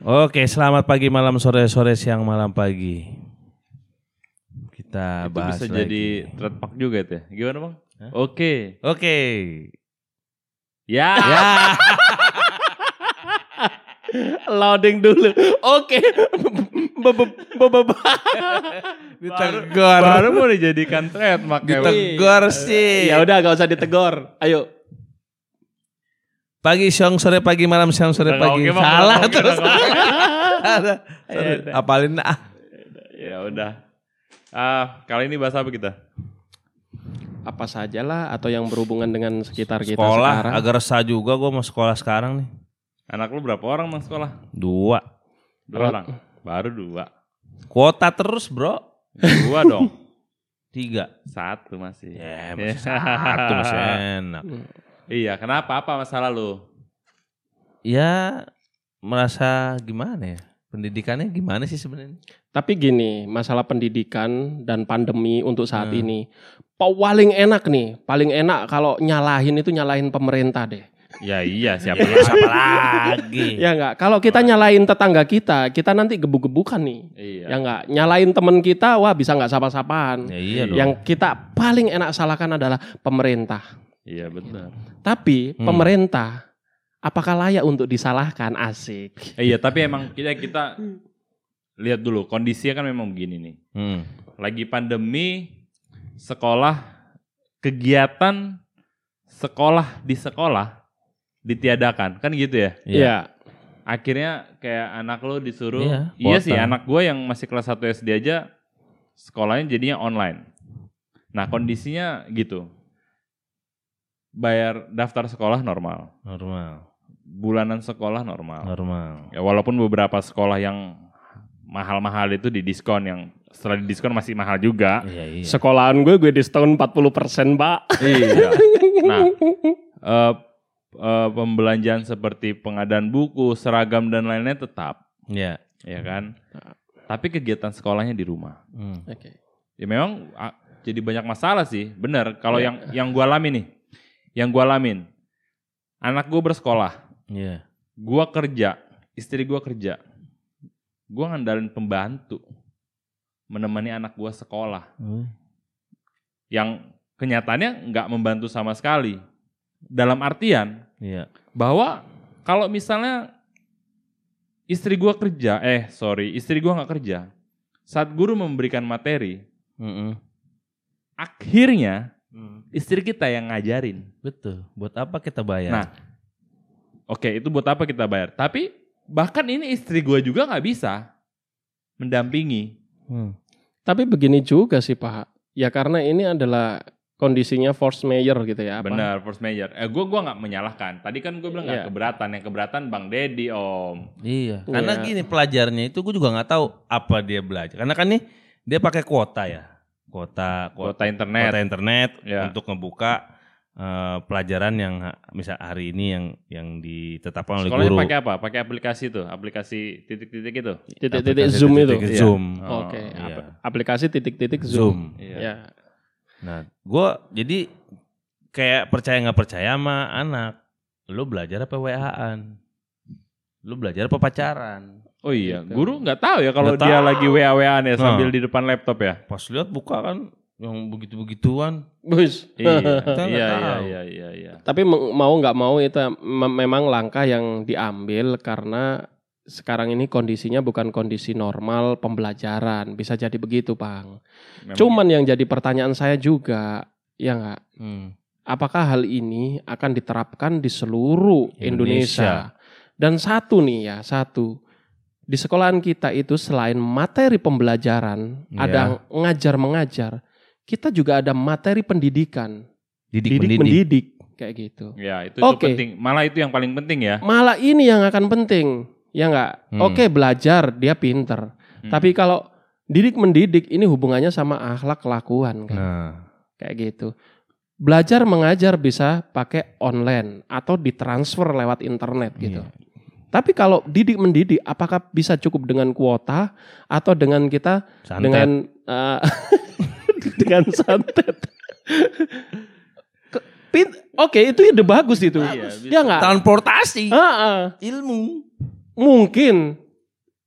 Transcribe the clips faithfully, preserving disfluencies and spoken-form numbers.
Oke, selamat pagi, malam, sore, sore, siang, malam, pagi. Kita itu bahas bisa lagi. jadi trademark juga itu ya. Gimana bang? Hah? Oke. Oke. Ya. Ya. Loading dulu. Oke. Ditegur. Baru mau dijadikan trademark ya. Bang. Ditegur sih. Ya udah gak usah ditegor. Ayo. Pagi, siang, sore, pagi, malam, siang, sore, Udah, pagi. oke, Bang. Salah Oke, terus. udah, Ada. Ya udah. Apalin ah. Ya udah. Ah, kali ini bahas apa kita? Apa sajalah atau yang berhubungan dengan sekitar kita Sekolah, sekarang. agak resah juga gue mau sekolah sekarang nih. Anak lu berapa orang bang sekolah? Dua. Dua orang. Baru dua. Kuota terus bro. Dua dong. Tiga. Satu masih. Ya masih satu masih enak. Iya, kenapa? Apa masalah lu? Ya merasa gimana ya? Pendidikannya gimana sih sebenarnya? Tapi gini, masalah pendidikan dan pandemi untuk saat Hmm. ini. Paling enak nih, paling enak kalau nyalahin itu nyalahin pemerintah deh. Ya iya, siapa Ya, siapa lagi? Ya enggak, kalau kita nyalahin tetangga kita, kita nanti gebuk-gebukan nih. Iya. Ya enggak, nyalahin teman kita, wah bisa enggak sapa-sapaan. Ya iya dong. Yang kita paling enak salahkan adalah pemerintah. Iya benar. Tapi Hmm. pemerintah apakah layak untuk disalahkan? Asik. Eh, iya, tapi emang kita kita lihat dulu kondisinya kan memang begini nih. Hmm. Lagi pandemi, sekolah, kegiatan sekolah di sekolah ditiadakan, kan gitu ya? Iya. Akhirnya kayak anak lo disuruh, Iya, iya kuota. sih anak gue yang masih kelas satu S D aja sekolahnya jadinya online. Nah kondisinya gitu, bayar daftar sekolah normal, Normal. bulanan sekolah normal. Normal. Ya walaupun beberapa sekolah yang mahal-mahal itu di diskon, yang setelah di diskon masih mahal juga. Iya iya. Sekolahan gue gue diskon empat puluh persen, Pak. Iya. Nah, eh, eh, pembelanjaan seperti pengadaan buku, seragam dan lainnya tetap, Iya. ya kan? Tapi kegiatan sekolahnya di rumah. Hmm. Oke. Ya memang ah, jadi banyak masalah sih, benar. Kalau Ya. yang yang gue alami nih, yang gue alamin, anak gue bersekolah, Iya. gue kerja, istri gue kerja, gue ngandalin pembantu menemani anak gue sekolah, Hmm. yang kenyataannya nggak membantu sama sekali. Dalam artian Iya. bahwa kalau misalnya istri gue kerja, eh sorry, istri gue nggak kerja, saat guru memberikan materi, Mm-mm. akhirnya Hmm. istri kita yang ngajarin. Betul. Buat apa kita bayar? Nah, oke itu buat apa kita bayar? Tapi bahkan ini istri gue juga nggak bisa mendampingi. Hmm. Tapi begini juga sih, Pak. Ya karena ini adalah kondisinya force majeure gitu ya. Apa? Benar, force major. Eh gue gua nggak menyalahkan. Tadi kan gue bilang nggak Iya. keberatan, yang keberatan Bang Dedi Om. Iya. Karena Iya. gini pelajarnya itu gue juga nggak tahu apa dia belajar. Karena kan nih dia pakai kuota ya. Kuota Kuota internet. kuota internet Ya. untuk ngebuka eh, pelajaran yang ha- misal hari ini yang yang ditetapkan oleh Sekolahnya guru. pakai apa? Pakai aplikasi itu, aplikasi titik-titik itu. Titik-titik Aplikasi Zoom itu. titik-titik Iya. Zoom. Oh, Oke, iya. ap- aplikasi titik-titik Zoom. Zoom. Iya. Ya. Nah, gue jadi kayak percaya nggak percaya sama anak. Lu belajar apa W A-an? Lu belajar apa pacaran? Oh iya, Gitu. guru nggak tahu ya kalau Nggak dia tahu. lagi W A W A-an ya sambil Nah. di depan laptop ya. Pas lihat buka kan yang begitu-begituan. Bus. Iya, Kita nggak iya, iya, tahu. iya, iya, iya. Tapi meng- mau nggak mau itu mem- memang langkah yang diambil karena sekarang ini kondisinya bukan kondisi normal pembelajaran. Bisa jadi begitu, Bang. Memang Cuman yang jadi pertanyaan saya juga, ya nggak? Hmm. Apakah hal ini akan diterapkan di seluruh Indonesia. Indonesia? Dan satu nih ya, satu. Di sekolahan kita itu selain materi pembelajaran, Iya. ada ngajar-mengajar, kita juga ada materi pendidikan. Didik, Didik mendidik. mendidik, kayak gitu. Ya, itu, itu Oke. penting. Malah itu yang paling penting ya. Malah ini yang akan penting, ya nggak? Hmm. Oke, belajar, dia pinter. Hmm. Tapi kalau didik mendidik ini hubungannya sama akhlak kelakuan kan. Nah, Kayak gitu. Belajar mengajar bisa pakai online atau ditransfer lewat internet gitu. iya. Tapi kalau didik mendidik, apakah bisa cukup dengan kuota atau dengan kita Santet. dengan uh, dengan santet? Ke- pin- Oke, itu ide bagus itu. Iya, bisa. Ya nggak? transportasi, Ah, ah. ilmu. Mungkin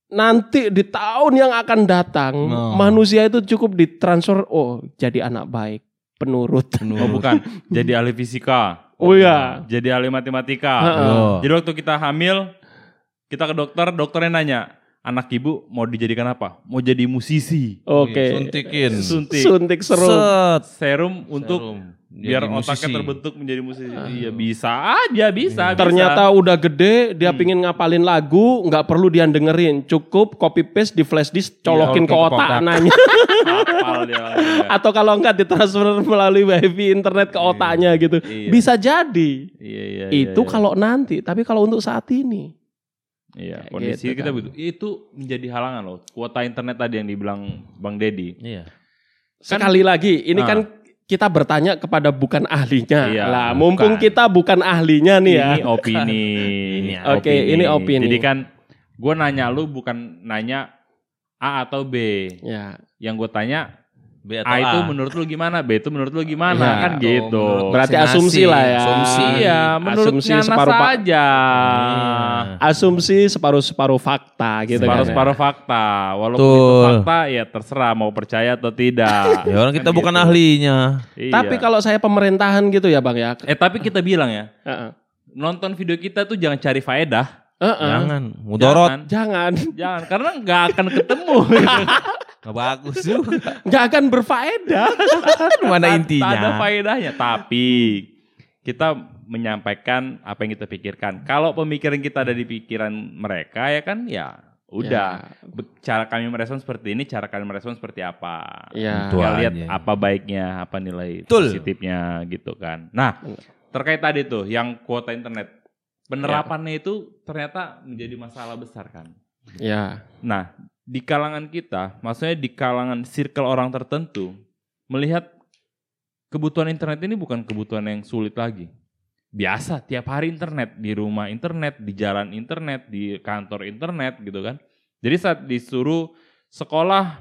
nanti di tahun yang akan datang No. manusia itu cukup ditransfer oh jadi anak baik, penurut. Oh bukan, jadi ahli fisika. Oh iya. Jadi ahli matematika. Ha-ha. Oh. Jadi waktu kita hamil, kita ke dokter, dokternya nanya, anak ibu mau dijadikan apa? Mau jadi musisi. Oke. Suntikin. Suntik. Suntik seru. Set. Serum untuk Serum. biar Jadi otaknya musisi. terbentuk menjadi musisi. Iya bisa aja, bisa. Ternyata bisa. udah gede, dia Hmm. pingin ngapalin lagu, nggak perlu dia dengerin, cukup copy paste di flash disk, colokin Colokin ke ke otak otak. nanya. hafal dia. Iya. Atau kalau enggak ditransfer melalui wifi internet ke otaknya gitu. Iya. Bisa jadi. Iya, iya, Itu iya, kalau nanti, tapi kalau untuk saat ini. iya, Kayak kondisi gitu kita kan. begitu. Itu menjadi halangan loh. Kuota internet tadi yang dibilang Bang Deddy. Iya. Kan- Sekali lagi, ini Ah. kan kita bertanya kepada bukan ahlinya. Iya, lah, mumpung bukan. kita bukan ahlinya nih ya. Ini opini. Ini Oke, ini opini. Jadi kan gue nanya lu bukan nanya A atau B. Ya. Yang gue tanya B atau A itu A. menurut lu gimana, B itu menurut lu gimana, Iya. kan Oh, gitu. menurut Berarti masing-masing. asumsi lah ya. Asumsi. Iya, menurut Asumsi Ngana separuh pak- saja. Iya. Asumsi separuh-separuh fakta gitu kan. Separuh-separuh fakta. Walaupun Betul. itu fakta ya terserah mau percaya atau tidak. Ya orang kita Kan bukan gitu. ahlinya. Iya. Tapi kalau saya pemerintahan gitu ya Bang ya. Eh tapi kita bilang ya, Heeh. nonton video kita tuh jangan cari faedah. Heeh. Jangan. Mudorot. Jangan, Jangan. jangan karena nggak akan ketemu. Nggak bagus juga. Nggak akan berfaedah. Mana Tak- intinya? Tak ada faedahnya. Tapi kita menyampaikan apa yang kita pikirkan. Kalau pemikiran kita ada di pikiran mereka ya kan ya udah. Be- Cara kami merespon seperti ini, cara kami merespon seperti apa. Ya. Betul. Tinggal lihat aja. apa baiknya, apa nilai Betul. positifnya gitu kan. Nah, terkait tadi tuh yang kuota internet. Penerapannya itu ternyata menjadi masalah besar kan. Ya. Nah, di kalangan kita, maksudnya di kalangan circle orang tertentu, melihat kebutuhan internet ini bukan kebutuhan yang sulit lagi. Biasa, tiap hari internet, di rumah internet, di jalan internet, di kantor internet gitu kan. Jadi saat disuruh sekolah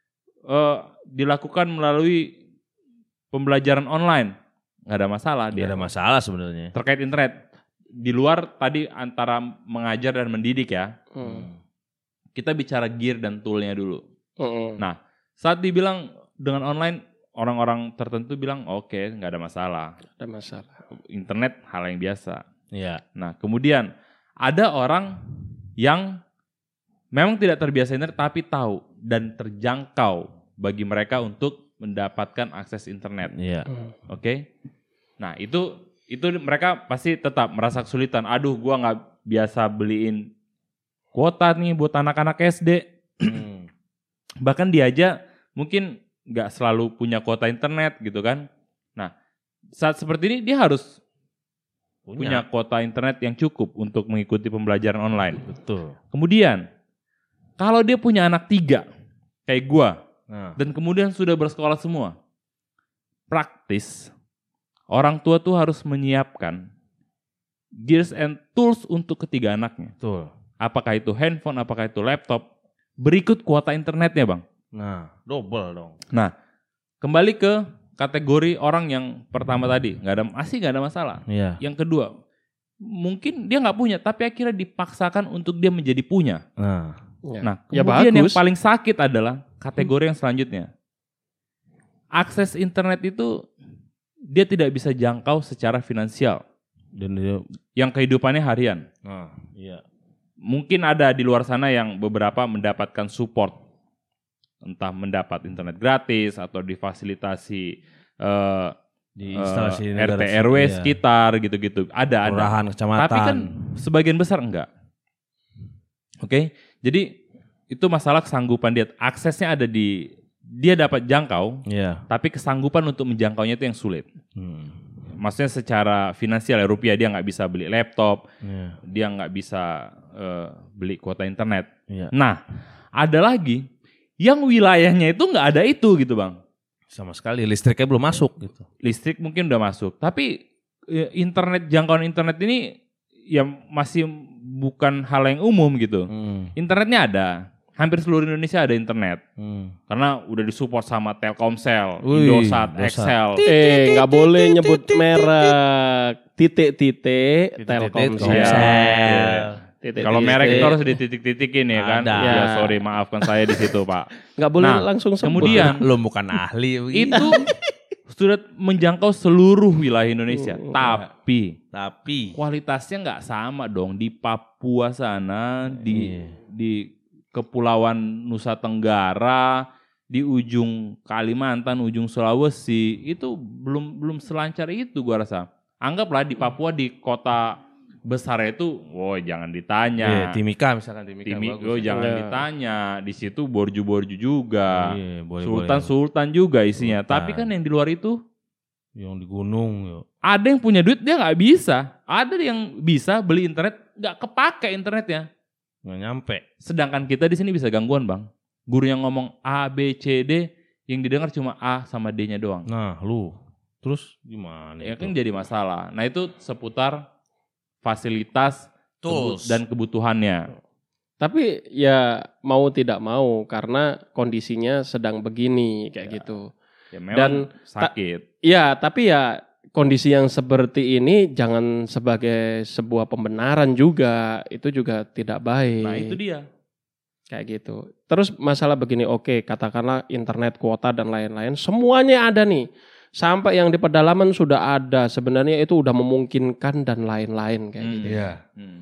eh, dilakukan melalui pembelajaran online, nggak ada masalah Nggak dia. ada masalah sebenarnya. Terkait internet, di luar tadi antara mengajar dan mendidik ya, Hmm. kita bicara gear dan toolnya dulu. Mm-mm. Nah, saat dibilang dengan online, orang-orang tertentu bilang oke, nggak ada masalah. Ada masalah. Internet hal yang biasa. Iya. Nah, kemudian ada orang yang memang tidak terbiasa internet tapi tahu dan terjangkau bagi mereka untuk mendapatkan akses internet. Iya. Hmm. Oke? Nah, itu itu mereka pasti tetap merasa kesulitan. Aduh, gua nggak biasa beliin kuota nih buat anak-anak S D. Hmm. Bahkan dia aja mungkin nggak selalu punya kuota internet gitu kan. Nah, saat seperti ini dia harus punya kuota internet yang cukup untuk mengikuti pembelajaran online. Betul. Kemudian, kalau dia punya anak tiga, kayak gua, Nah. dan kemudian sudah bersekolah semua, praktis, orang tua tuh harus menyiapkan gears and tools untuk ketiga anaknya. Betul. Apakah itu handphone, apakah itu laptop, berikut kuota internetnya bang. Nah, double dong. Nah, kembali ke kategori orang yang pertama tadi, nggak ada masih nggak ada masalah. Iya. Yang kedua, mungkin dia nggak punya, tapi akhirnya dipaksakan untuk dia menjadi punya. Nah. Ya. Nah, Ya kemudian yang bagus. paling sakit adalah kategori yang selanjutnya. Akses internet itu dia tidak bisa jangkau secara finansial, Dan dia. yang kehidupannya harian. Nah. Iya. Mungkin ada di luar sana yang beberapa mendapatkan support, entah mendapat internet gratis atau difasilitasi eh, Di eh, instalasi R T negara- R W iya. sekitar gitu-gitu. Ada, ada. Kelurahan, kecamatan. Tapi kan sebagian besar enggak. Oke, jadi itu masalah kesanggupan dia. Aksesnya ada di, dia dapat jangkau, Iya. tapi kesanggupan untuk menjangkaunya itu yang sulit. Hmm. Maksudnya secara finansial ya rupiah, dia nggak bisa beli laptop, Iya. dia nggak bisa eh, beli kuota internet. Iya. Nah, ada lagi yang wilayahnya itu nggak ada itu gitu bang. Sama sekali listriknya belum masuk gitu. Listrik mungkin udah masuk, tapi eh, internet, jangkauan internet ini ya masih bukan hal yang umum gitu. Hmm. Internetnya ada, hampir seluruh Indonesia ada internet. Hmm. Karena udah disupport sama Telkomsel, Wih, Indosat, Indosat. Excel. Eh, nggak boleh nyebut merek. Titik-titik Titik-titik Telkomsel. Telkomsel. Iya. Titik, Kalau titik. merek itu harus dititik-titikin ya kan. Ada. Ya sorry maafkan saya di situ Pak. Nggak boleh Nah, langsung sebut. kemudian Lu bukan ahli begitu. itu sudah menjangkau seluruh wilayah Indonesia. Hmm. Tapi Tapi kualitasnya nggak sama dong di Papua sana, di Iya. di Kepulauan Nusa Tenggara, di ujung Kalimantan, ujung Sulawesi itu belum belum selancar itu gua rasa. Anggaplah di Papua di kota besar itu, woi jangan Iya, ditanya. Timika misalkan Timika Timi, bagus. oh, jangan Iya. ditanya. Di situ borju-borju juga. Iya, boleh, Sultan-sultan juga isinya. Sultan. Tapi kan yang di luar itu boleh. Yang di gunung yuk. ada yang punya duit dia nggak bisa. Ada yang bisa beli internet nggak kepake internetnya. Nggak nyampe. Sedangkan kita di sini bisa gangguan bang. Guru yang ngomong A, B, C, D yang didengar cuma A sama D-nya doang. Nah, lu terus gimana Ya itu? kan jadi masalah. Nah itu seputar fasilitas Tools. dan kebutuhannya. Tapi ya mau tidak mau karena kondisinya sedang begini kayak Ya. gitu. Ya memang Dan sakit. Ya, tapi ya kondisi yang seperti ini jangan sebagai sebuah pembenaran juga. Itu juga tidak baik. Nah itu dia. Kayak gitu. Terus masalah begini, oke, katakanlah internet, kuota dan lain-lain, semuanya ada nih. Sampai yang di pedalaman sudah ada. Sebenarnya itu udah memungkinkan dan lain-lain kayak Hmm. gitu. Iya. Hmm.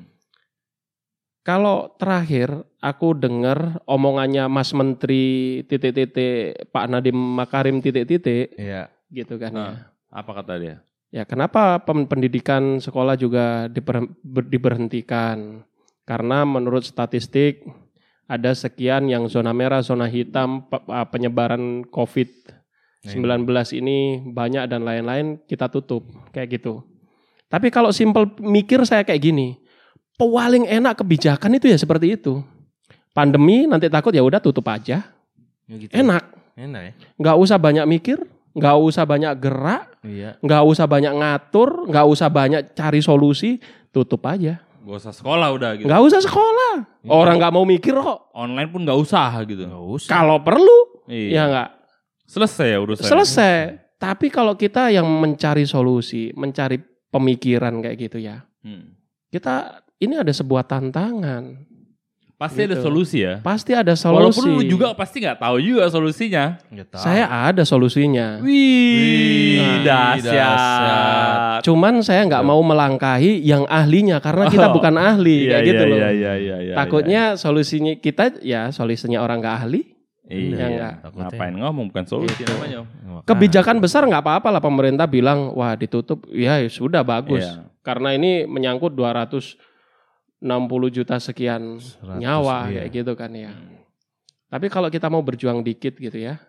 Kalau terakhir aku dengar omongannya Mas Menteri titik-titik Pak Nadiem Makarim titik-titik Iya. gitu kan ya. Nah, apa kata dia? Ya kenapa pem- pendidikan sekolah juga diper- ber- diberhentikan? Karena menurut statistik ada sekian yang zona merah, zona hitam, pe- uh, penyebaran covid sembilan belas ini banyak dan lain-lain kita tutup kayak gitu. Tapi kalau simpel mikir saya kayak gini, paling enak kebijakan itu ya seperti itu. Pandemi nanti takut ya udah tutup aja, Ya gitu. enak, Enak ya. nggak usah banyak mikir, nggak usah banyak gerak. Iya. Nggak usah banyak ngatur, nggak usah banyak cari solusi, tutup aja. Gak usah sekolah udah gitu. Nggak usah sekolah. Orang nggak mau mikir kok. Online pun gak usah gitu. Nggak usah. Kalau perlu, Iya. ya nggak. Selesai ya urusan. Selesai. Tapi kalau kita yang mencari solusi, mencari pemikiran kayak gitu ya, Hmm. kita ini ada sebuah tantangan. Pasti ada Gitu. solusi ya. Pasti ada Walaupun solusi. lu juga pasti nggak tahu juga solusinya. Nggak tahu. Saya ada solusinya. Wih, Wih, dahsyat. dahsyat. Cuman saya nggak mau melangkahi yang ahlinya karena kita Oh. bukan ahli Iya, kayak gitu iya, loh. Iya, iya, iya, iya, Takutnya solusinya kita ya solusinya orang nggak ahli. iya. Ya Iya. nggak. Takutnya. Ngapain ngomong bukan solusi Gitu. namanya. Makanya. Kebijakan besar nggak apa-apa lah pemerintah bilang wah ditutup ya sudah bagus Iya. karena ini menyangkut dua ratus enam puluh juta sekian seratus, nyawa iya. kayak gitu kan ya. Tapi kalau kita mau berjuang dikit gitu ya,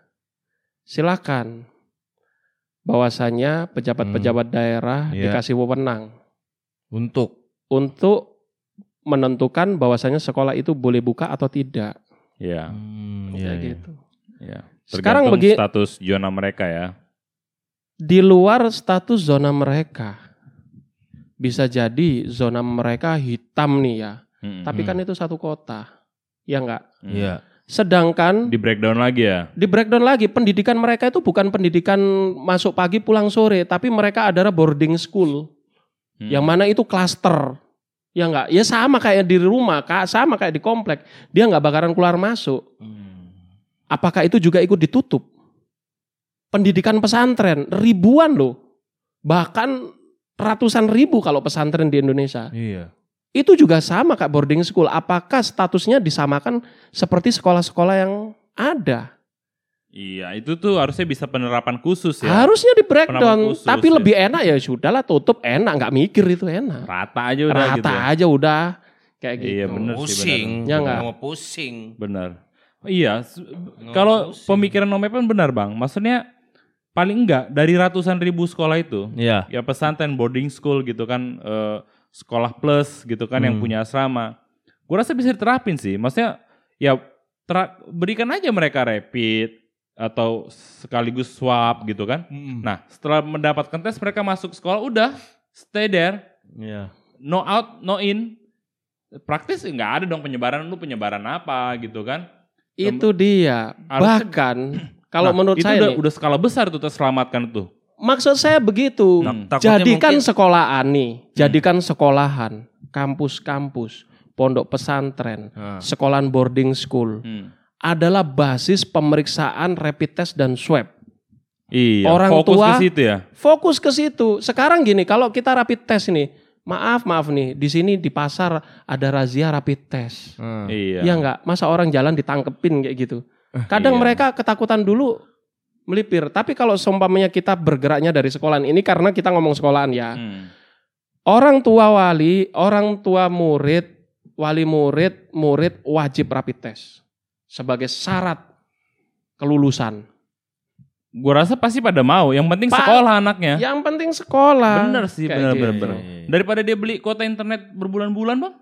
silakan. Bahwasanya pejabat-pejabat daerah Iya. dikasih wewenang Untuk. untuk menentukan bahwasanya sekolah itu boleh buka atau tidak. Iya. Hmm, Kayak iya, iya. gitu. Iya. Sekarang Tergantung begi- status zona mereka ya. Di luar status zona mereka. Bisa jadi zona mereka hitam nih ya. Hmm. Tapi kan itu satu kota. Ya enggak? Hmm. Iya. Sedangkan Di breakdown lagi ya. di breakdown lagi pendidikan mereka itu bukan pendidikan masuk pagi pulang sore. Tapi mereka adalah boarding school. Hmm. Yang mana itu klaster. Ya enggak? Ya sama kayak di rumah. Sama kayak di komplek. Dia enggak bakaran keluar masuk. Hmm. Apakah itu juga ikut ditutup? Pendidikan pesantren. Ribuan loh. Bahkan ratusan ribu kalau pesantren di Indonesia. Iya. Itu juga sama kayak boarding school. Apakah statusnya disamakan seperti sekolah-sekolah yang ada? Iya, itu tuh harusnya bisa penerapan khusus ya. Harusnya di Penerapan breakdown. khusus, Tapi ya. lebih enak ya sudahlah tutup enak. Nggak mikir itu enak. Rata aja udah Rata gitu. ya. aja udah. Kayak gitu. Iya, bener. sih, Pusing. Ya nggak? Mau pusing. Benar. Iya, s- kalau pusing. pemikiran Om Epan benar Bang. Maksudnya paling enggak dari ratusan ribu sekolah itu, Iya. ya pesantren boarding school gitu kan, eh, sekolah plus gitu kan yang Hmm. punya asrama. Gue rasa bisa diterapin sih. Maksudnya ya tera- berikan aja mereka rapid atau sekaligus swab gitu kan. Nah, setelah mendapatkan tes mereka masuk sekolah udah stay there, Iya. no out, no in. Praktis nggak ada dong penyebaran, lu penyebaran apa gitu kan. Itu dia. Harusnya- Bahkan kalau Nah, menurut itu saya udah, nih, udah skala besar tuh terselamatkan tuh. maksud saya begitu. Hmm. Takutnya Jadikan mungkin- sekolahan nih, jadikan sekolahan, kampus-kampus, pondok pesantren, Ah. sekolahan boarding school Hmm. adalah basis pemeriksaan rapid test dan swab. Iya, Orang fokus tua- ke situ ya. Fokus ke situ. Sekarang gini, kalau kita rapid test nih, maaf maaf nih, di sini di pasar ada razia rapid test. Hmm. Iya. Ya enggak, masa orang jalan ditangkepin kayak gitu. Kadang Iya. mereka ketakutan dulu melipir. Tapi kalau seumpamanya kita bergeraknya dari sekolahan ini, karena kita ngomong sekolahan ya. Hmm. Orang tua wali, orang tua murid, wali murid, murid wajib rapid test. Sebagai syarat kelulusan. Gue rasa pasti pada mau. Yang penting Pa- sekolah anaknya. Yang penting sekolah. Bener sih, Kayak bener, gitu. bener, bener. Daripada dia beli kuota internet berbulan-bulan bang.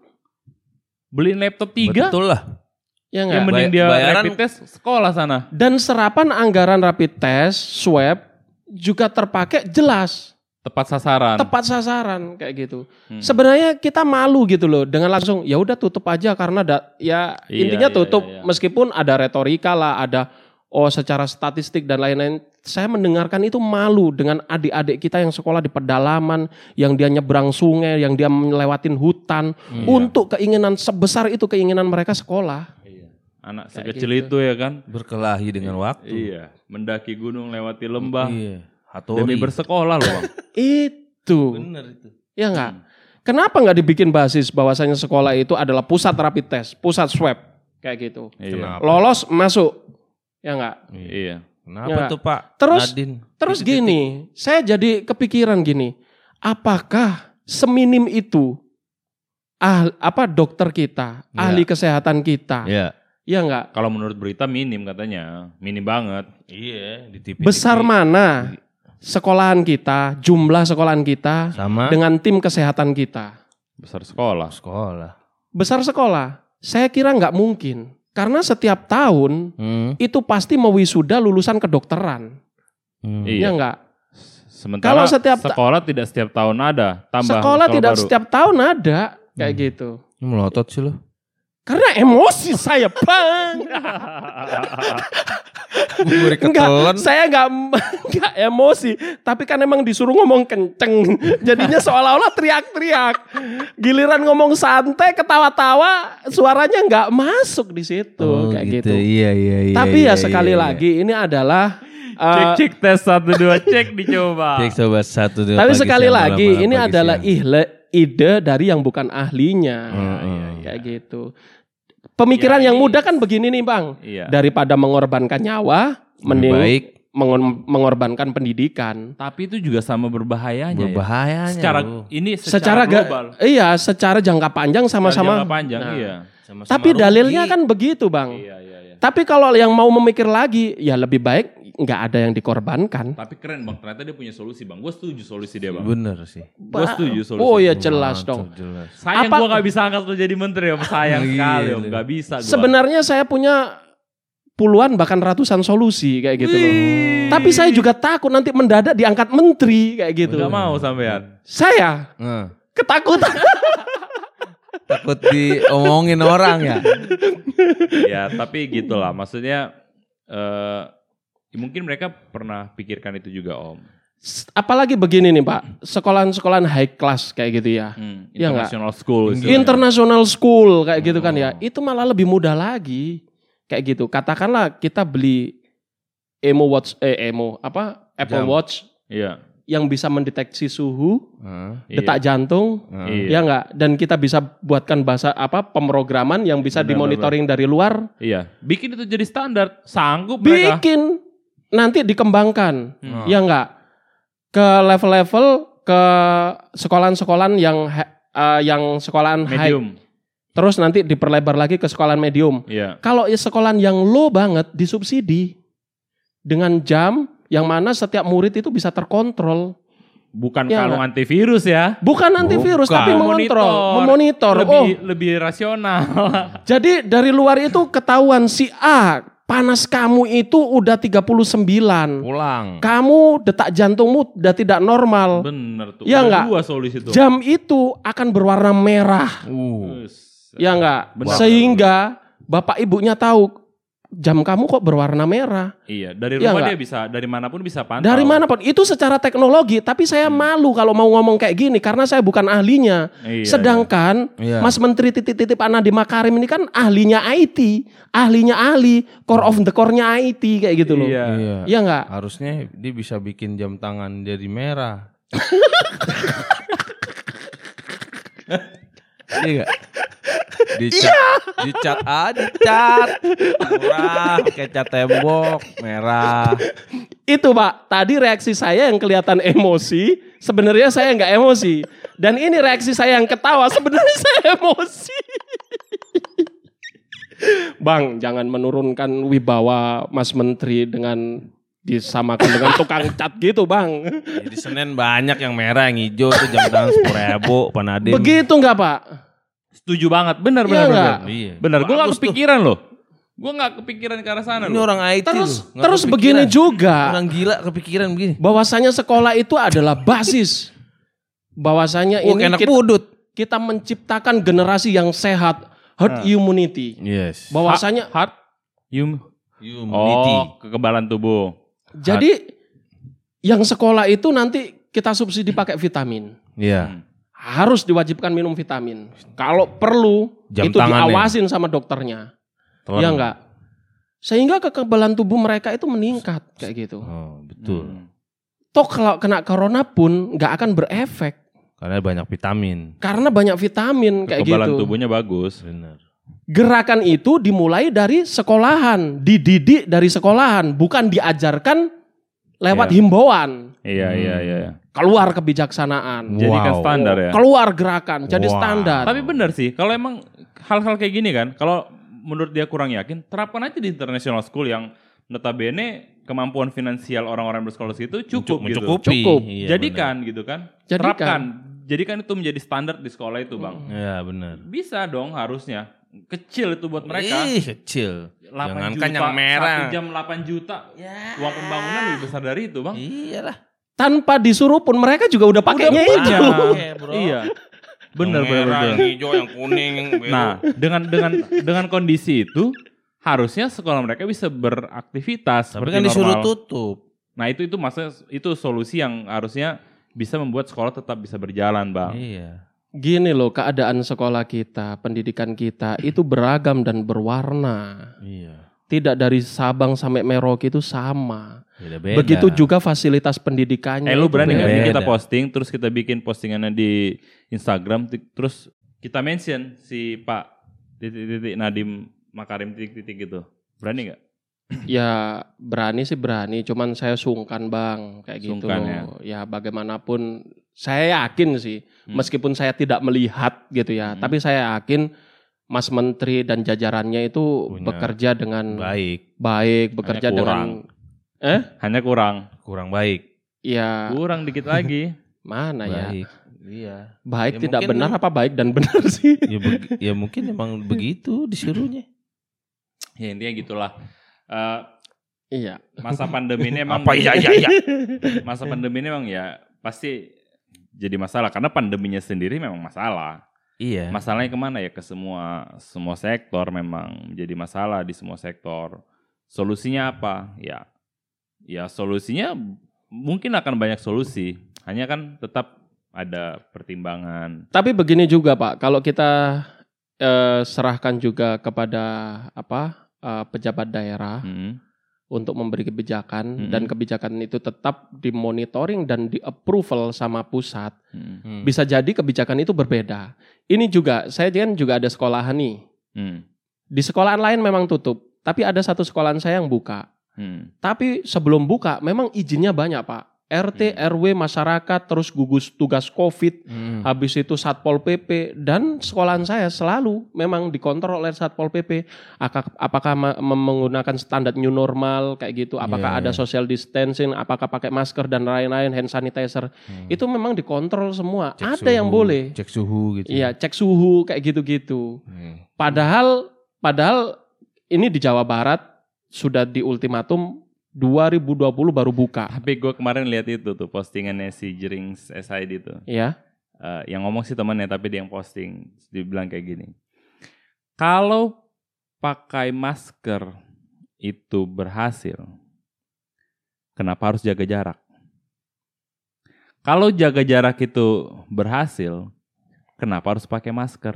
Beli laptop tiga. Betul lah. Ya Yang enggak? mending Bay- dia bayaran- rapid test sekolah sana. Dan serapan anggaran rapid test, swab juga terpakai jelas. Tepat sasaran. Tepat sasaran kayak gitu. Hmm. Sebenarnya kita malu gitu loh dengan langsung ya udah tutup aja karena da, ya Iya, intinya iya, tutup iya, iya. meskipun ada retorika lah, ada oh secara statistik dan lain-lain. Saya mendengarkan itu malu dengan adik-adik kita yang sekolah di pedalaman, yang dia nyebrang sungai, yang dia melewatin hutan Iya. untuk keinginan sebesar itu keinginan mereka sekolah. Iya. Anak Kayak sekecil gitu. itu ya kan. Berkelahi dengan waktu. Iya. Mendaki gunung lewati lembah. Iya. Demi Hatori. bersekolah loh bang. Itu. Bener itu. Ya enggak? Kenapa enggak dibikin basis bahwasanya sekolah itu adalah pusat rapid test, pusat swab kayak gitu. Iya. Kenapa? Lolos masuk. Ya enggak? Iya. Kenapa Ya. tuh Pak? Terus Nadine. terus Titik-titik. gini, saya jadi kepikiran gini. Apakah seminim itu ah, apa dokter kita, Ya. ahli kesehatan kita? Iya. Ya enggak? Kalau menurut berita minim katanya. Minim banget. Iya, di T V. Besar mana sekolahan kita, jumlah sekolahan kita sama dengan tim kesehatan kita? Besar sekolah. sekolah. Besar sekolah, saya kira nggak mungkin. Karena setiap tahun Hmm. itu pasti mewisuda lulusan kedokteran. Hmm. Iya. Ya enggak? Sementara Kalau setiap ta- sekolah tidak setiap tahun ada. Tambah Sekolah tidak baru. setiap tahun ada kayak Hmm. gitu. Ini melotot sih lo. Karena emosi saya, Bang. Gue Enggak, saya enggak enggak emosi, tapi kan emang disuruh ngomong kenceng. Jadinya seolah-olah teriak-teriak. Giliran ngomong santai, ketawa-tawa, suaranya enggak masuk di situ kayak gitu. Iya, iya, iya. Tapi iya, ya sekali iya, iya. lagi ini adalah Cek uh, cek tes satu dua cek dicoba. Cek sobat satu dua tapi pagi, sekali siang, lagi malam, malam, ini pagi, adalah siang. ihle, ide dari yang bukan ahlinya. Hmm, hmm. Kayak gitu. Pemikiran Ya, yang ini- mudah kan begini nih, Bang. Iya. Daripada mengorbankan nyawa, Lebih mending baik mengon- mengorbankan pendidikan. Tapi itu juga sama berbahayanya. ya. berbahayanya. Secara lo. ini Secara, secara, ga- global. iya, secara jangka panjang Secara sama-sama. jangka panjang, Nah, iya. Sama-sama Tapi rugi. dalilnya kan begitu, Bang. Iya, iya, iya. Tapi kalau yang mau memikir lagi, ya lebih baik nggak ada yang dikorbankan. Tapi keren bang, ternyata dia punya solusi bang. Gue setuju solusi dia bang. Bener sih. Gue setuju solusi. Oh ya jelas Mantap, dong. jelas. Sayang Apa- gue gak bisa angkat lo jadi menteri om. Sayang Iya, sekali om. iya. Gak bisa gue. Sebenarnya saya punya puluhan bahkan ratusan solusi kayak gitu loh. Wih. Tapi saya juga takut nanti mendadak diangkat menteri kayak gitu. Gak mau sampean. Saya Nah, ketakutan. takut diomongin orang ya. Ya tapi gitulah. Maksudnya eh mungkin mereka pernah pikirkan itu juga om. Apalagi begini nih Pak, sekolahan-sekolahan high class kayak gitu ya. Hmm, Iya nggak? international school. istilahnya. International school kayak gitu kan ya. Oh. Itu malah lebih mudah lagi. Kayak gitu. Katakanlah kita beli Emo Watch eh Emo apa? Apple Jam. Watch Iya. yang bisa mendeteksi suhu, Nah, detak jantung, nah. Iya. ya enggak? Dan kita bisa buatkan bahasa apa? Pemrograman yang bisa Benar, dimonitoring dari luar. Iya. Bikin itu jadi standar. Sanggup mereka. Bikin nanti dikembangkan. Hmm. Ya enggak? Ke level-level ke sekolahan-sekolahan yang ha- eh, yang sekolahan high, Medium. terus nanti diperlebar lagi ke sekolahan medium. Iya. Kalau ya sekolahan yang low banget disubsidi dengan jam yang mana setiap murid itu bisa terkontrol. Bukan Iya kalung nggak? antivirus ya. Bukan antivirus Bukan. tapi mengontrol, Memonitor. memonitor. Lebih Oh, lebih rasional. jadi dari luar itu ketahuan si A, panas kamu itu udah tiga puluh sembilan. Pulang. Kamu detak jantungmu udah tidak normal. Bener tuh. Iya Udah nggak? Dua solusi tuh. Jam itu akan berwarna merah. Uh. Us. Ya enggak? Benar. Sehingga bapak ibunya tahu jam kamu kok berwarna merah? Iya, dari Iya rumah nggak? dia bisa, dari manapun bisa pantau. Dari mana pun itu secara teknologi, tapi saya malu kalau mau ngomong kayak gini karena saya bukan ahlinya. Iya, Sedangkan Iya. Mas Menteri titip-titip Nadiem Makarim ini kan ahlinya I T, ahlinya ahli, core of the core-nya I T kayak gitu loh. Iya. Iya. Iya enggak? Harusnya dia bisa bikin jam tangan jadi merah. Iya gak? Dicat, dicat ah, dicat. Murah, pakai cat tembok, merah. Itu Pak, tadi reaksi saya yang kelihatan emosi, sebenarnya saya nggak emosi. Dan ini reaksi saya yang ketawa, sebenarnya saya emosi. Bang, jangan menurunkan wibawa Mas Menteri dengan disamakan dengan tukang cat gitu Bang. Di Senen banyak yang merah, yang hijau tuh jam tangan sepuluh ribu, Pak Nadiem. Begitu nggak Pak? Setuju banget, benar Iya benar nggak? benar. Iya. Benar, gue gak Bagus tuh. kepikiran loh. Gue gak kepikiran ke arah sana Ini loh. orang I T Terus loh, nggak terus kepikiran. begini juga. Orang gila kepikiran begini. Bahwasanya sekolah itu adalah basis. Bahwasanya Oh, ini enak kita, pudut. kita menciptakan generasi yang sehat, herd immunity. Yes. Bahwasanya heart, Yum. Immunity. Oh, kekebalan tubuh. jadi yang sekolah itu nanti kita subsidi pakai vitamin. Iya. Hmm. Harus diwajibkan minum vitamin. Kalau perlu Jam itu tangannya. diawasin sama dokternya. Telan. Iya enggak? Sehingga kekebalan tubuh mereka itu meningkat kayak gitu. Oh, betul. Hmm. Toh kalau kena corona pun nggak akan berefek Karena banyak vitamin. karena banyak vitamin kayak Kekebalan gitu. tubuhnya bagus. Benar. Gerakan itu dimulai dari sekolahan, dididik dari sekolahan, bukan diajarkan lewat Iya. himbauan. Iya, Hmm. iya, iya. Keluar kebijaksanaan. Jadikan Wow. standar ya. Keluar gerakan, jadi Wow. standar. Tapi benar sih, kalau emang hal-hal kayak gini kan, kalau menurut dia kurang yakin, terapkan aja di international school yang notabene kemampuan finansial orang-orang yang bersekolah situ cukup gitu. Mencukupi. Cukup. Iya, Jadikan gitu kan. Jadikan. Terapkan. Jadikan itu menjadi standar di sekolah itu, Bang. benar. Iya, benar. Bisa dong harusnya. Kecil itu buat mereka. Ih, kecil. delapan Jangankan juta, yang merah. satu jam delapan juta. Uang pembangunan lebih besar dari itu, Bang. Iyalah. Tanpa disuruh pun mereka juga udah pakainya Udah itu. punya. bro. Iya. Bener, Yang bener, merah, bener. yang hijau, yang kuning, yang biru. Nah, dengan dengan dengan kondisi itu harusnya sekolah mereka bisa beraktivitas tapi seperti kan disuruh normal. tutup. Nah, itu itu maksudnya itu solusi yang harusnya bisa membuat sekolah tetap bisa berjalan, Bang. Iya. Gini loh, keadaan sekolah kita, pendidikan kita itu beragam dan berwarna. Iya. Tidak dari Sabang sampai Merauke itu sama. Beda-beda. Begitu juga fasilitas pendidikannya. Eh, lu itu berani nggak beda. nih kita Beda. posting terus kita bikin postingannya di Instagram ti- terus kita mention si Pak titik-titik Nadiem Makarim titik-titik gitu. Berani nggak? Ya berani sih berani, cuman saya sungkan bang, kayak gitu Sungkan, loh. Ya bagaimanapun saya yakin sih, Hmm. meskipun saya tidak melihat gitu ya, Hmm. tapi saya yakin Mas Menteri dan jajarannya itu Punya bekerja dengan baik, baik, bekerja Hanya kurang. dengan eh Hanya kurang. kurang baik. ya Kurang dikit lagi. mana ya Baik. Iya. baik Ya, tidak mungkin- benar apa baik dan benar sih. Ya, begi- ya mungkin emang begitu disuruhnya. Ya intinya gitulah. Eh, Iya. masa pandemi ini emang Apa iya iya iya. masa pandemi ini memang ya pasti jadi masalah karena pandeminya sendiri memang masalah. Iya. Masalahnya kemana ya, ke semua semua sektor memang menjadi masalah di semua sektor. Solusinya apa? Ya, ya solusinya mungkin akan banyak solusi. Hanya kan tetap ada pertimbangan. Tapi begini juga Pak, kalau kita eh, serahkan juga kepada apa eh, pejabat daerah Hmm. untuk memberi kebijakan Mm-mm. dan kebijakan itu tetap dimonitoring dan di-approval sama pusat, Hmm. Hmm. bisa jadi kebijakan itu berbeda. Ini juga, saya kan juga ada sekolahan nih. Hmm. Di sekolahan lain memang tutup, tapi ada satu sekolahan saya yang buka. Hmm. Tapi sebelum buka memang izinnya banyak Pak. R T, R W, masyarakat, terus gugus tugas COVID, Hmm. habis itu Satpol P P, dan sekolahan saya selalu memang dikontrol oleh Satpol P P. Aka- Apakah ma- mem- menggunakan standar new normal kayak gitu, apakah Iya, ada iya. social distancing, apakah pakai masker dan lain-lain, hand sanitizer. Hmm. Itu memang dikontrol semua. Cek Ada yang suhu, boleh. Cek suhu gitu. Iya, cek suhu kayak gitu-gitu. Hmm. Padahal padahal ini di Jawa Barat sudah di ultimatum dua ribu dua puluh baru buka. Tapi gue kemarin lihat itu tuh postingannya si Jerings S I D tuh. Ya. Eh, yang ngomong sih temannya tapi dia yang posting. Dia bilang kayak gini. Kalau pakai masker itu berhasil, kenapa harus jaga jarak? Kalau jaga jarak itu berhasil, kenapa harus pakai masker?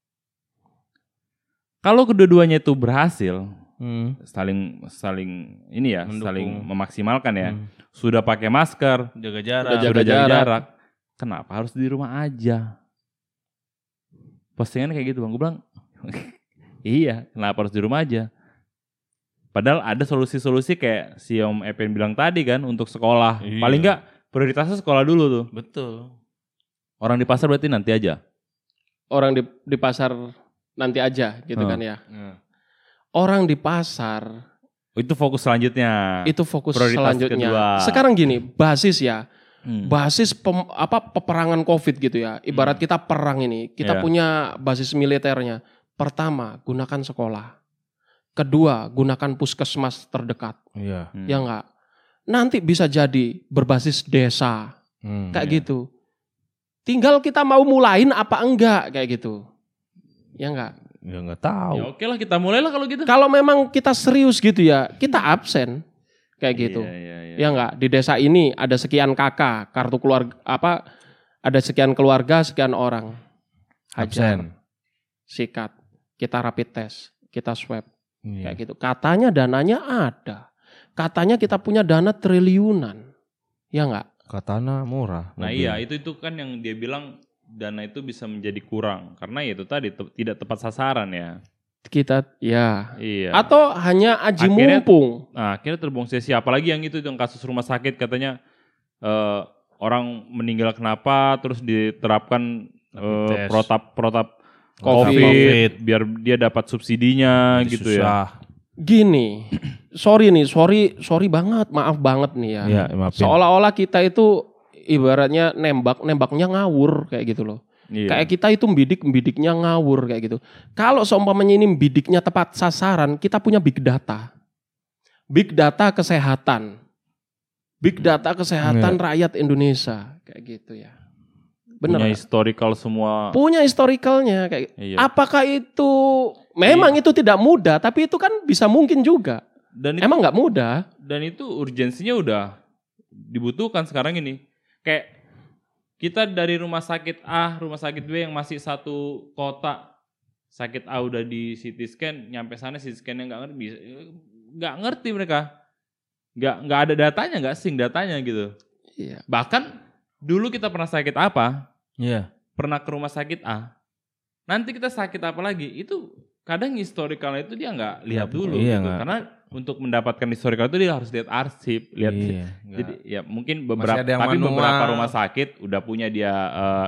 Kalau kedua-duanya itu berhasil, Hmm. saling saling ini ya, Mendukung. saling memaksimalkan ya. Hmm. Sudah pakai masker, Jaga jarak. Udah jaga sudah jaga jarak. jarak, kenapa harus di rumah aja? Postingan kayak gitu bang, gue bilang, iya, kenapa harus di rumah aja? Padahal ada solusi-solusi kayak si Om Epen bilang tadi kan, untuk sekolah. Iya. Paling enggak prioritasnya sekolah dulu tuh. Betul. Orang di pasar berarti nanti aja. Orang di di pasar nanti aja gitu Hmm. kan ya. Nah. Orang di pasar Itu fokus selanjutnya. itu fokus Prioritas selanjutnya. kedua. Sekarang gini, basis ya. Hmm. Basis pem- apa peperangan Covid gitu ya. Ibarat kita perang ini, kita Iya. punya basis militernya. Pertama, gunakan sekolah. Kedua, gunakan puskesmas terdekat. Iya. Hmm. Ya enggak? Nanti bisa jadi berbasis desa. Hmm. Kayak Iya. gitu. Tinggal kita mau mulain apa enggak kayak gitu. Ya enggak? Ya nggak tahu. Ya oke lah, kita mulailah kalau gitu. Kalau memang kita serius gitu ya, kita absen. Kayak gitu. Iya, iya, iya. Ya enggak? Di desa ini ada sekian kakak, kartu keluarga apa ada sekian keluarga, sekian orang. Hajar, Absen. sikat, kita rapid test, kita swab. Iya. Kayak gitu. Katanya dananya ada. Katanya kita punya dana triliunan. Ya enggak? Katana murah. Nah mobil. iya, itu itu kan yang dia bilang dana itu bisa menjadi kurang karena ya itu tadi te- tidak tepat sasaran ya. Kita ya. Iya. Atau hanya aji Akhirnya- mumpung. Nah, akhirnya terbuang sia-sia. Apalagi yang itu yang kasus rumah sakit katanya eh, orang meninggal kenapa terus diterapkan Rapid eh, test. protap protap Covid. COVID, biar dia dapat subsidinya Jadi gitu ya. susah. Gini, sorry nih, sorry, sorry banget, maaf banget nih ya. Iya, maafin. Seolah-olah kita itu ibaratnya nembak, nembaknya ngawur kayak gitu loh. Iya. Kayak kita itu bidik, bidiknya ngawur kayak gitu. Kalau seumpamanya ini bidiknya tepat sasaran, kita punya big data. Big data kesehatan. Big data kesehatan rakyat Indonesia kayak gitu ya. Benar. punya nggak? historical semua. Punya historicalnya kayak. Iya. Apakah itu memang itu tidak mudah, tapi itu kan bisa mungkin juga. Dan itu, Emang nggak mudah. dan itu urgensinya udah dibutuhkan sekarang ini. Kayak kita dari rumah sakit A, rumah sakit B yang masih satu kota, sakit A udah di C T scan, nyampe sana C T scan-nya nggak ngerti, bisa- nggak ngerti mereka, nggak nggak ada datanya, nggak sync datanya gitu. Iya. Bahkan dulu kita pernah sakit apa, Iya. pernah ke rumah sakit A, nanti kita sakit apa lagi, itu kadang historikalnya itu dia nggak lihat Nggak- dulu, iya, gitu. nggak. Karena untuk mendapatkan historikal itu dia harus lihat arsip, lihat. Iya, Jadi nggak. ya mungkin Masih beberapa, ada yang tapi manual. beberapa rumah sakit udah punya dia eh,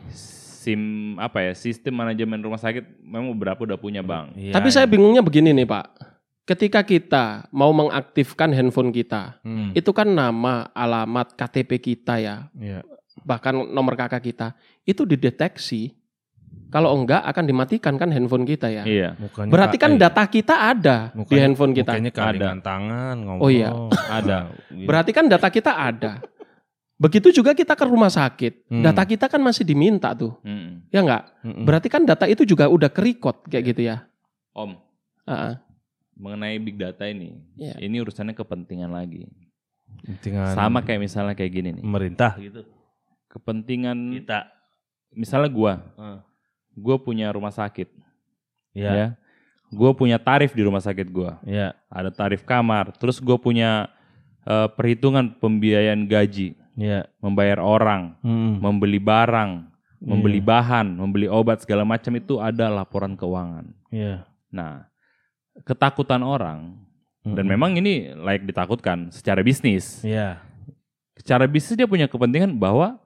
sim apa ya sistem manajemen rumah sakit, memang beberapa udah punya bang. Iya, Tapi iya. saya bingungnya begini nih Pak. Ketika kita mau mengaktifkan handphone kita, Hmm. itu kan nama, alamat, K T P kita ya, Iya. bahkan nomor kakak kita, itu dideteksi. Kalau enggak akan dimatikan kan handphone kita ya. Iya. Mukanya Berarti kan K- eh, data kita ada di mukanya- handphone kita. Mukanya kealingan tangan, ngomong. Oh iya. Ada. Berarti kan data kita ada. Begitu juga kita ke rumah sakit, Hmm. data kita kan masih diminta tuh, Mm-mm. ya enggak? Mm-mm. Berarti kan data itu juga udah kerekod kayak gitu ya. Om, Heeh. mengenai big data ini, Iya. ini urusannya kepentingan lagi. Kepentingan Sama kayak misalnya kayak gini nih, pemerintah gitu. kepentingan Kita. misalnya gua, Heeh. gua punya rumah sakit, Iya. ya, gua punya tarif di rumah sakit gua. Iya. Ada tarif kamar, terus gue punya eh, perhitungan pembiayaan gaji, Iya. membayar orang, Hmm. membeli barang, membeli Iya. bahan, membeli obat segala macam itu ada laporan keuangan. Iya. Nah, ketakutan orang dan Mm-mm. memang ini layak ditakutkan secara bisnis. Iya. Secara bisnis dia punya kepentingan bahwa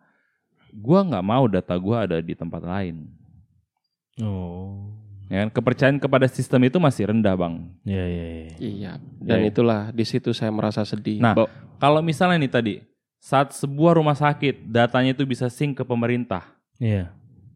gua nggak mau data gua ada di tempat lain. Oh. Ya kan? Kepercayaan kepada sistem itu masih rendah, Bang. Iya, iya, iya. Iya. Dan Ya. itulah di situ saya merasa sedih. Nah, Bo- kalau misalnya nih tadi, saat sebuah rumah sakit datanya itu bisa sync ke pemerintah, Iya.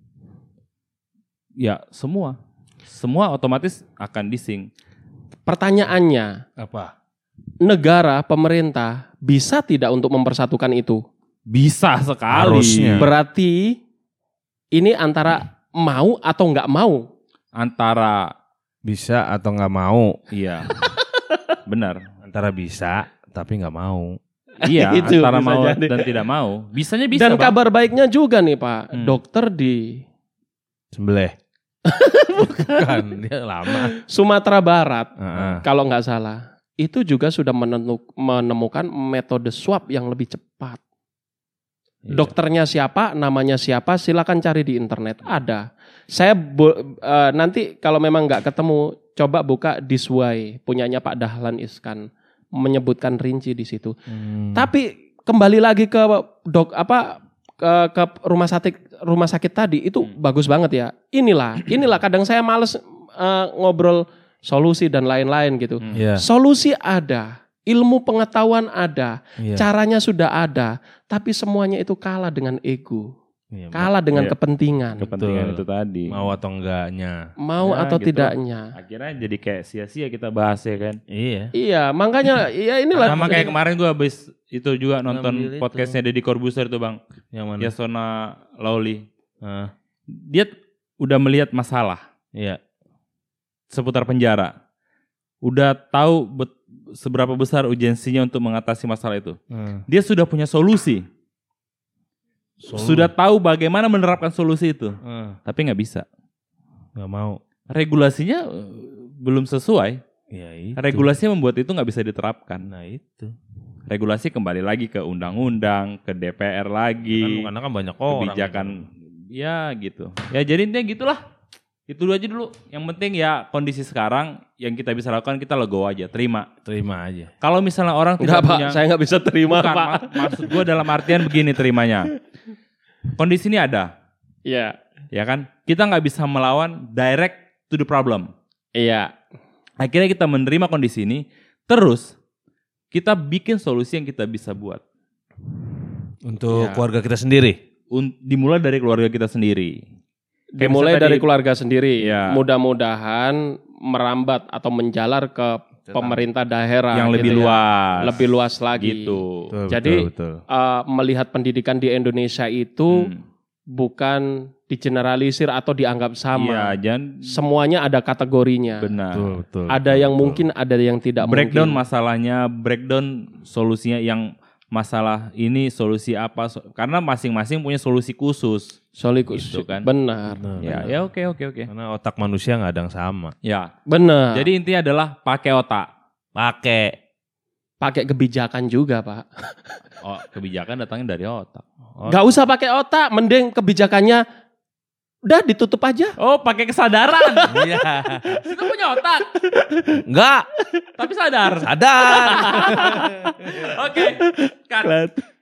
ya semua, semua otomatis akan di-sync. pertanyaannya, Apa? negara, pemerintah bisa tidak untuk mempersatukan itu? Bisa sekali. Harusnya. Berarti ini antara mau atau nggak mau. Antara Bisa atau nggak mau? iya. Benar. Antara bisa tapi nggak mau. Iya, Itu antara bisa mau jadi. dan tidak mau. Bisanya bisa, Dan Bang. kabar baiknya juga nih Pak, Hmm. dokter di Sembelih. Bukan, dia lama. Sumatera Barat, Heeh. kalau nggak salah, itu juga sudah menenu- menemukan metode swab yang lebih cepat. Iya. Dokternya siapa, namanya siapa, silakan cari di internet. Ada. Saya bo- eh, nanti kalau memang nggak ketemu, coba buka This Way, punyanya Pak Dahlan Iskan, menyebutkan rinci di situ. Hmm. Tapi kembali lagi ke dok apa ke, ke rumah sakit rumah sakit tadi itu Hmm. bagus banget ya. Inilah, inilah kadang saya males eh, ngobrol solusi dan lain-lain gitu. Hmm. Iya. Solusi ada, ilmu pengetahuan ada, Iya. caranya sudah ada, tapi semuanya itu kalah dengan ego, Iya, kalah dengan Iya. kepentingan, Kepentingan Betul. itu tadi. mau atau enggaknya. mau Ya, atau gitu. tidaknya. Akhirnya jadi kayak sia-sia kita bahas ya kan. Iya. Iya, makanya ya inilah. Sama kayak kemarin gue habis itu juga nonton Ngambil itu. podcastnya Deddy Corbuzier itu Bang. Yang mana? Yasona Lawli. Ah, Dia udah melihat masalah iya. seputar penjara. Udah tahu bet- seberapa besar urgensinya untuk mengatasi masalah itu. Hmm. Dia sudah punya solusi. Solu. Sudah tahu bagaimana menerapkan solusi itu. Ah, Tapi nggak bisa. nggak mau. Regulasinya eh, belum sesuai. Ya itu. Regulasinya membuat itu nggak bisa diterapkan. Nah itu. Regulasi kembali lagi ke undang-undang, ke D P R lagi, Kan, karena kan banyak orang. kebijakan, ya gitu. Ya jadi intinya gitulah. Itu aja dulu. Yang penting ya kondisi sekarang yang kita bisa lakukan kita legowo aja, terima. Terima aja. Kalau misalnya orang Enggak tidak Pak, punya, saya nggak bisa terima bukan, Pak. mak- maksud gue dalam artian begini terimanya. Kondisi ini ada, Iya, ya kan? Kita nggak bisa melawan direct to the problem. iya. Akhirnya kita menerima kondisi ini, terus kita bikin solusi yang kita bisa buat. Untuk Ya. keluarga kita sendiri. Un- dimulai dari keluarga kita sendiri. Kayak Dimulai misalnya dari tadi- keluarga sendiri. Iya. Mudah-mudahan merambat atau menjalar ke pemerintah daerah yang gitu lebih ya. luas. Lebih luas lagi. Gitu. Betul, Jadi, betul, betul. Eh, melihat pendidikan di Indonesia itu Hmm. bukan digeneralisir atau dianggap Iya, sama. jangan Semuanya ada kategorinya. benar. Betul, betul, Ada betul, yang betul. mungkin, ada yang tidak Breakdown mungkin. masalahnya, breakdown solusinya yang masalah ini solusi apa? So- karena masing-masing punya solusi khusus. Solikus. Gitu kan. Benar. Benar. Ya, ya oke oke oke. Karena otak manusia nggak ada yang sama. Ya. Benar. Jadi intinya adalah pakai otak. Pakai. pakai kebijakan juga, Pak. Oh, kebijakan datangnya dari otak. Oh, Gak usah pakai otak, mending kebijakannya udah ditutup aja. Oh, pakai kesadaran. Iya. Kita punya otak, Enggak. tapi sadar. Sadar. Oke. Cut.